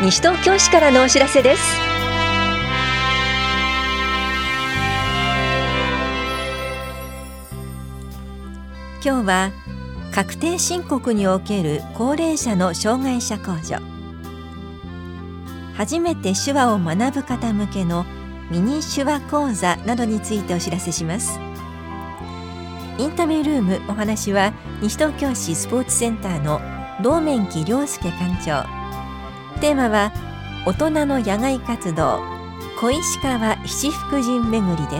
西東京市からのお知らせです。今日は確定申告における高齢者の障害者控除、初めて手話を学ぶ方向けのミニ手話講座などについてお知らせします。インタビュールーム、お話は西東京市スポーツセンターの道面木亮介館長。テーマは大人の野外活動、小石川七福神巡りです。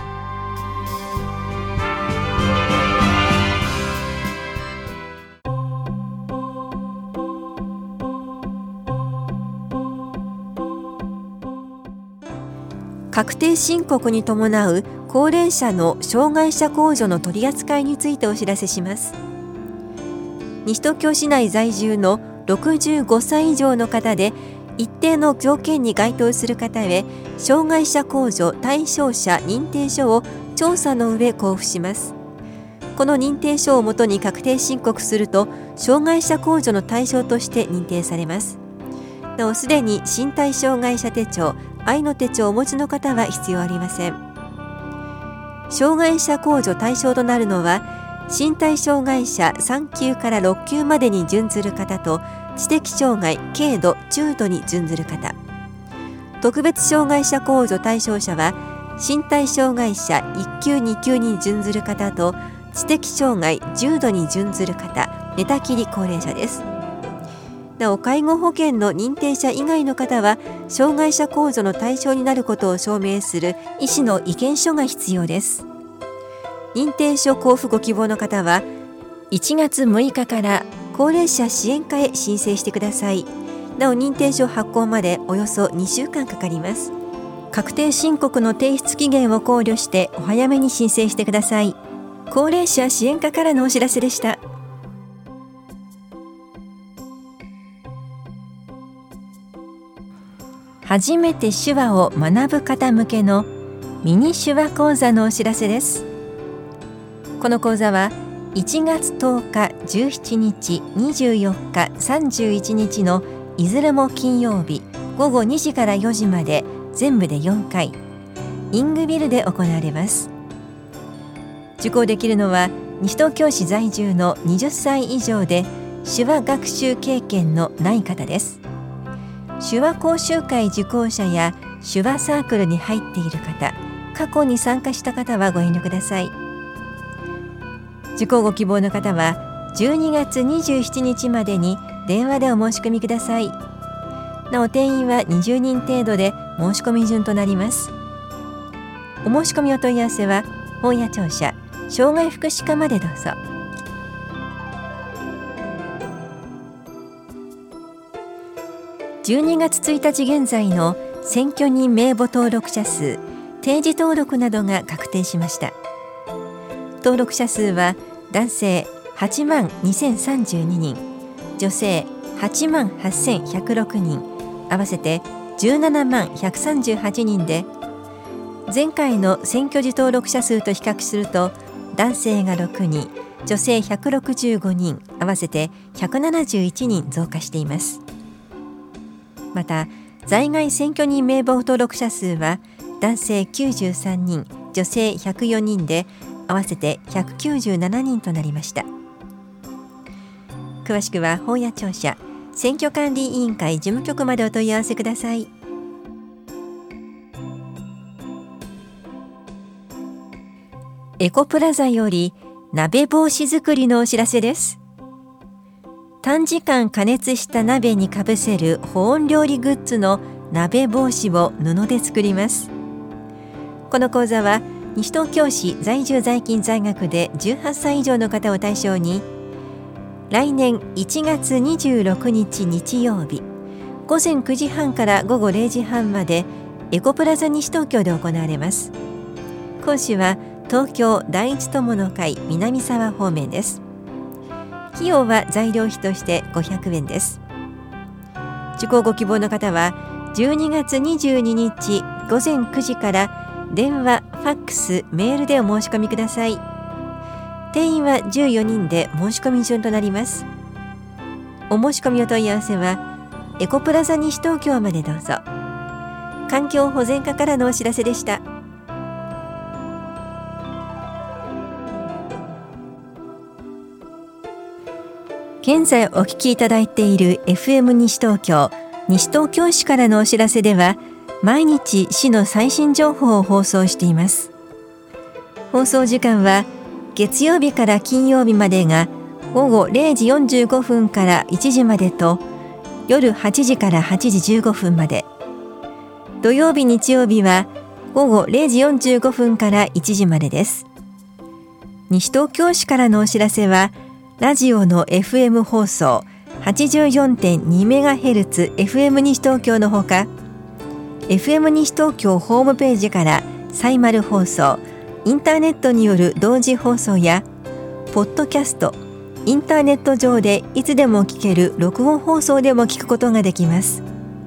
確定申告に伴う高齢者の障害者控除の取り扱いについてお知らせします。西東京市内在住の65歳以上の方で一定の条件に該当する方へ障害者控除対象者認定書を調査の上交付します。この認定書をもとに確定申告すると障害者控除の対象として認定されます。なお、すでに身体障害者手帳、愛の手帳をお持ちの方は必要ありません。障害者控除対象となるのは身体障害者3級から6級までに準ずる方と知的障害軽度中度に準ずる方、特別障害者控除対象者は身体障害者1級2級に準ずる方と知的障害重度に準ずる方、寝たきり高齢者です。なお、介護保険の認定者以外の方は障害者控除の対象になることを証明する医師の意見書が必要です。認定書交付ご希望の方は1月6日から高齢者支援課へ申請してください。なお、認定書発行までおよそ2週間かかります。確定申告の提出期限を考慮してお早めに申請してください。高齢者支援課からのお知らせでした。初めて手話を学ぶ方向けのミニ手話講座のお知らせです。この講座は1月10日、17日、24日、31日のいずれも金曜日午後2時から4時まで全部で4回、イングビルで行われます。受講できるのは西東京市在住の20歳以上で手話学習経験のない方です。手話講習会受講者や手話サークルに入っている方、過去に参加した方はご遠慮ください。受講ご希望の方は12月27日までに電話でお申し込みください。なお、定員は20人程度で申し込み順となります。お申し込みお問い合わせは本屋庁舎障害福祉課までどうぞ。12月1日現在の選挙人名簿登録者数、定時登録などが確定しました。登録者数は男性8万2032人、女性8万8106人、合わせて17万138人で、前回の選挙時登録者数と比較すると男性が6人、女性165人、合わせて171人増加しています。また、在外選挙人名簿登録者数は男性93人、女性104人で合わせて197人となりました。詳しくは本屋庁舎選挙管理委員会事務局までお問い合わせください。エコプラザより鍋帽子作りのお知らせです。短時間加熱した鍋にかぶせる保温料理グッズの鍋帽子を布で作ります。この講座は西東京市在住在勤在学で18歳以上の方を対象に、来年1月26日日曜日午前9時半から午後0時半までエコプラザ西東京で行われます。講師は東京第一友の会南沢方面です。費用は材料費として500円です。受講ご希望の方は12月22日午前9時から電話、ファックス、メールでお申し込みください。定員は14人で申し込み順となります。お申し込みお問い合わせはエコプラザ西東京までどうぞ。環境保全課からのお知らせでした。現在お聞きいただいている FM 西東京市からのお知らせでは、毎日市の最新情報を放送しています。放送時間は月曜日から金曜日までが午後0時45分から1時までと、夜8時から8時15分まで。土曜日日曜日は午後0時45分から1時までです。西東京市からのお知らせは、ラジオの FM 放送 84.2MHz FM 西東京のほか、FM 西東京ホームページからサイマル放送、インターネットによる同時放送や、ポッドキャスト、インターネット上でいつでも聞ける録音放送でも聞くことができます。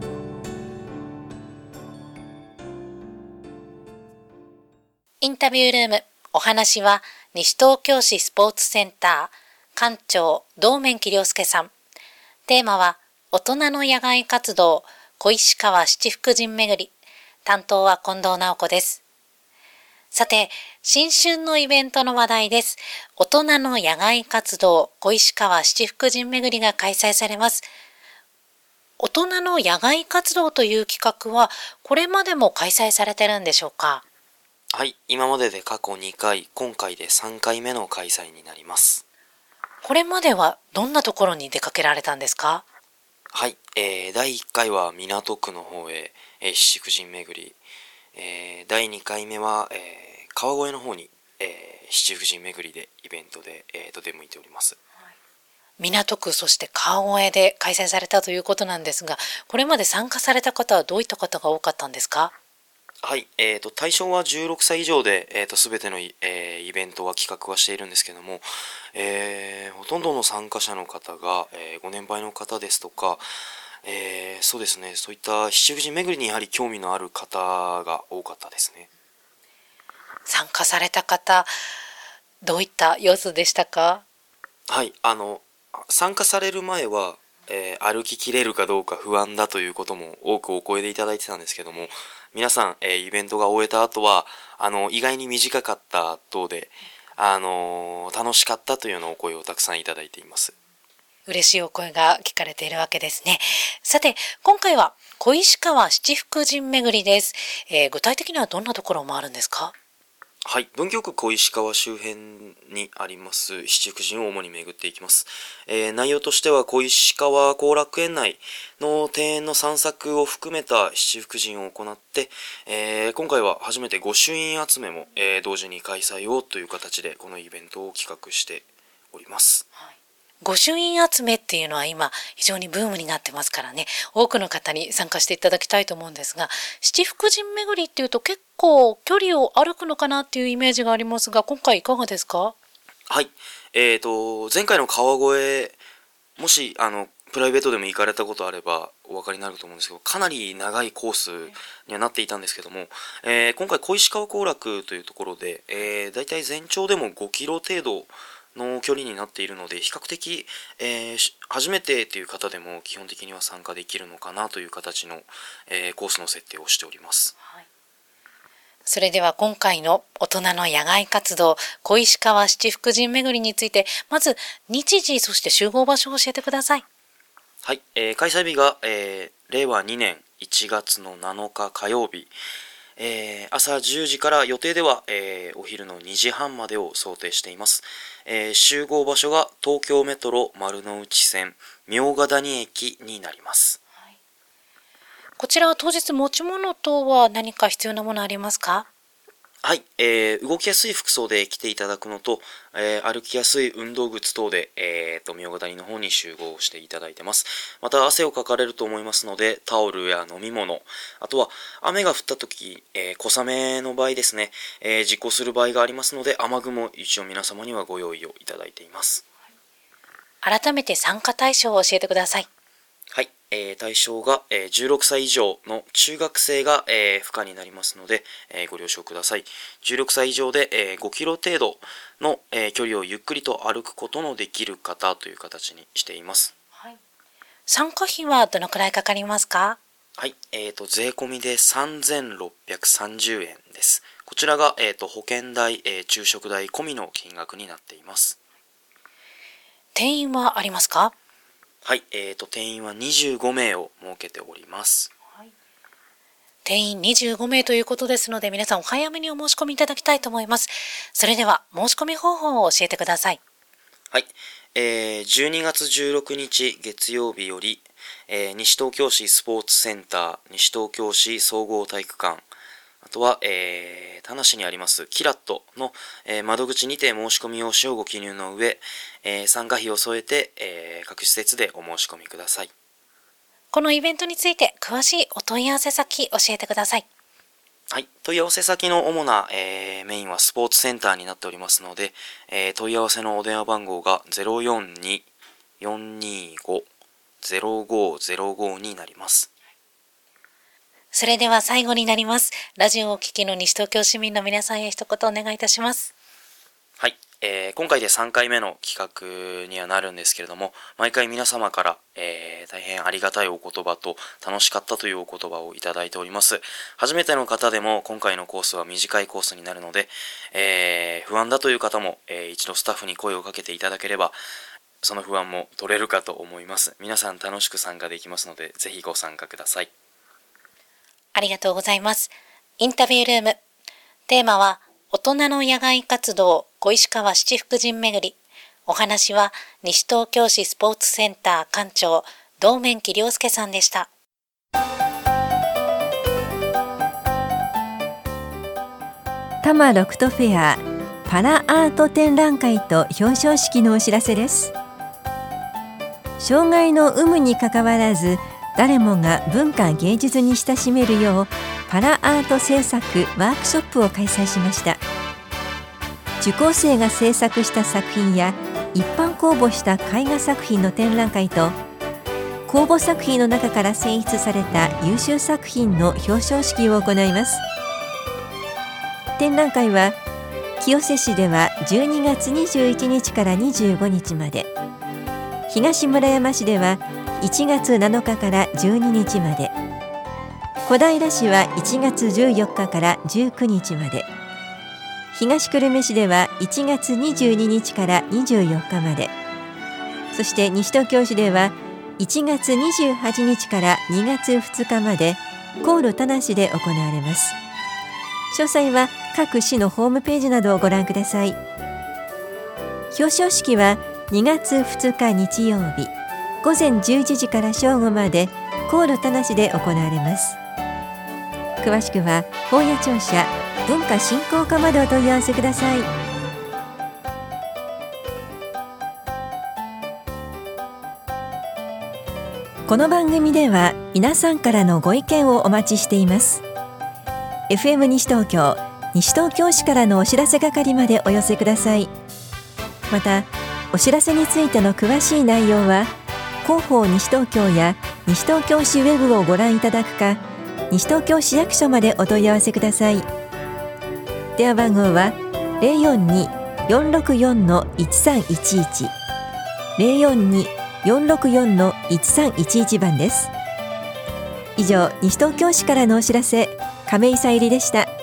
インタビュールーム、お話は西東京市スポーツセンター館長道面木亮介さん。テーマは大人の野外活動小石川七福神巡り。担当は近藤直子です。さて、新春のイベントの話題です。大人の野外活動小石川七福神巡りが開催されます。大人の野外活動という企画はこれまでも開催されてるんでしょうか？ はい、今までで過去2回、今回で3回目の開催になります。 これまではどんなところに出かけられたんですか？ はい、第1回は港区の方へ、七福神巡り、第2回目は、川越の方に、七福神巡りでイベントで、出向いております。 港区、そして川越で開催されたということなんですが、これまで参加された方はどういった方が多かったんですか？ はい、対象は16歳以上で、全ての、イベントは企画はしているんですけども、ほとんどの参加者の方が、ご年配の方ですとか、そうですね、そういった七福神巡りにやはり興味のある方が多かったですね。 参加された方、どういった様子でしたか？ はい、参加される前は、歩ききれるかどうか不安だということも多くお声でいただいてたんですけども、皆さん、イベントが終えた後は意外に短かった等で、楽しかったというようなお声をたくさんいただいています。 嬉しいお声が聞かれているわけですね。さて、今回は小石川七福神巡りです。具体的にはどんなところを回るんですか？ はい、文京区小石川周辺にあります七福神を主に巡っていきます。内容としては小石川後楽園内の庭園の散策を含めた七福神を行って、今回は初めて御朱印集めも、同時に開催をという形でこのイベントを企画しております。 御朱印集めっていうのは今非常にブームになってますからね、多くの方に参加していただきたいと思うんですが、七福神巡りっていうと結構距離を歩くのかなっていうイメージがありますが、今回いかがですか？ はい、前回の川越、もしプライベートでも行かれたことあればお分かりになると思うんですけど、かなり長いコースにはなっていたんですけども、今回小石川後楽というところで、だいたい全長でも5キロ程度の距離になっているので、比較的、初めてという方でも基本的には参加できるのかなという形の、コースの設定をしております。 はい、それでは今回の大人の野外活動小石川七福神巡りについて、まず日時、そして集合場所を教えてください。 はい、開催日が、令和2年1月の7日火曜日、朝10時から予定では、お昼の2時半までを想定しています。集合場所が東京メトロ丸の内線茗ヶ谷駅になります。 はい、こちらは当日持ち物等は何か必要なものありますか？ はい、動きやすい服装で来ていただくのと、歩きやすい運動靴等で、茗ヶ谷の方に集合していただいてます。また汗をかかれると思いますので、タオルや飲み物、あとは雨が降った時、小雨の場合ですね、実行する場合がありますので、雨具も一応皆様にはご用意をいただいています。 改めて参加対象を教えてください。 はい、対象が16歳以上の中学生が不可になりますので、ご了承ください。16歳以上で5キロ程度の距離をゆっくりと歩くことのできる方という形にしています。 はい、 参加費はどのくらいかかりますか？ はい、税込みで3630円です。こちらが、保険代、昼食代込みの金額になっています。 定員はありますか？ はい、定員は25名を設けております。 定員25名ということですので、皆さんお早めにお申し込みいただきたいと思います。それでは申し込み方法を教えてください。 はい、12月16日月曜日より、西東京市スポーツセンター、西東京市総合体育館、あとは、田無にありますキラットの、窓口にて申し込み用紙をご記入の上、参加費を添えて、各施設でお申し込みください。 このイベントについて詳しいお問い合わせ先教えてください。 はい、問い合わせ先の主な、メインはスポーツセンターになっておりますので、問い合わせのお電話番号が 042-425-0505 になります。 それでは最後になります。ラジオをお聞きの西東京市民の皆さんへ一言お願いいたします。 はい、今回で3回目の企画にはなるんですけれども、毎回皆様から、大変ありがたいお言葉と楽しかったというお言葉をいただいております。初めての方でも今回のコースは短いコースになるので、不安だという方も、一度スタッフに声をかけていただければその不安も取れるかと思います。皆さん楽しく参加できますので、ぜひご参加ください。 ありがとうございます。インタビュールーム。テーマは、大人の野外活動、小石川七福神巡り。お話は、西東京市スポーツセンター館長、道面木亮介さんでした。 多摩ロクトフェアパラアート展覧会と表彰式のお知らせです。障害の有無にかかわらず、誰もが文化芸術に親しめるようパラアート制作ワークショップを開催しました。受講生が制作した作品や一般公募した絵画作品の展覧会と、公募作品の中から選出された優秀作品の表彰式を行います。展覧会は清瀬市では12月21日から25日まで、東村山市では1月7日から12日まで、小平市は1月14日から19日まで、東久留米市では1月22日から24日まで、そして西東京市では1月28日から2月2日までコール田無で行われます。詳細は各市のホームページなどをご覧ください。表彰式は2月2日日曜日午前11時から正午までコール田無で行われます。詳しくは本屋庁舎文化振興課までお問い合わせください。この番組では皆さんからのご意見をお待ちしています。 FM 西東京西東京市からのお知らせ係までお寄せください。またお知らせについての詳しい内容は広報西東京や西東京市ウェブをご覧いただくか、西東京市役所までお問い合わせください。電話番号は 042-464-1311 042-464-1311 番です。以上、西東京市からのお知らせ、亀井さゆりでした。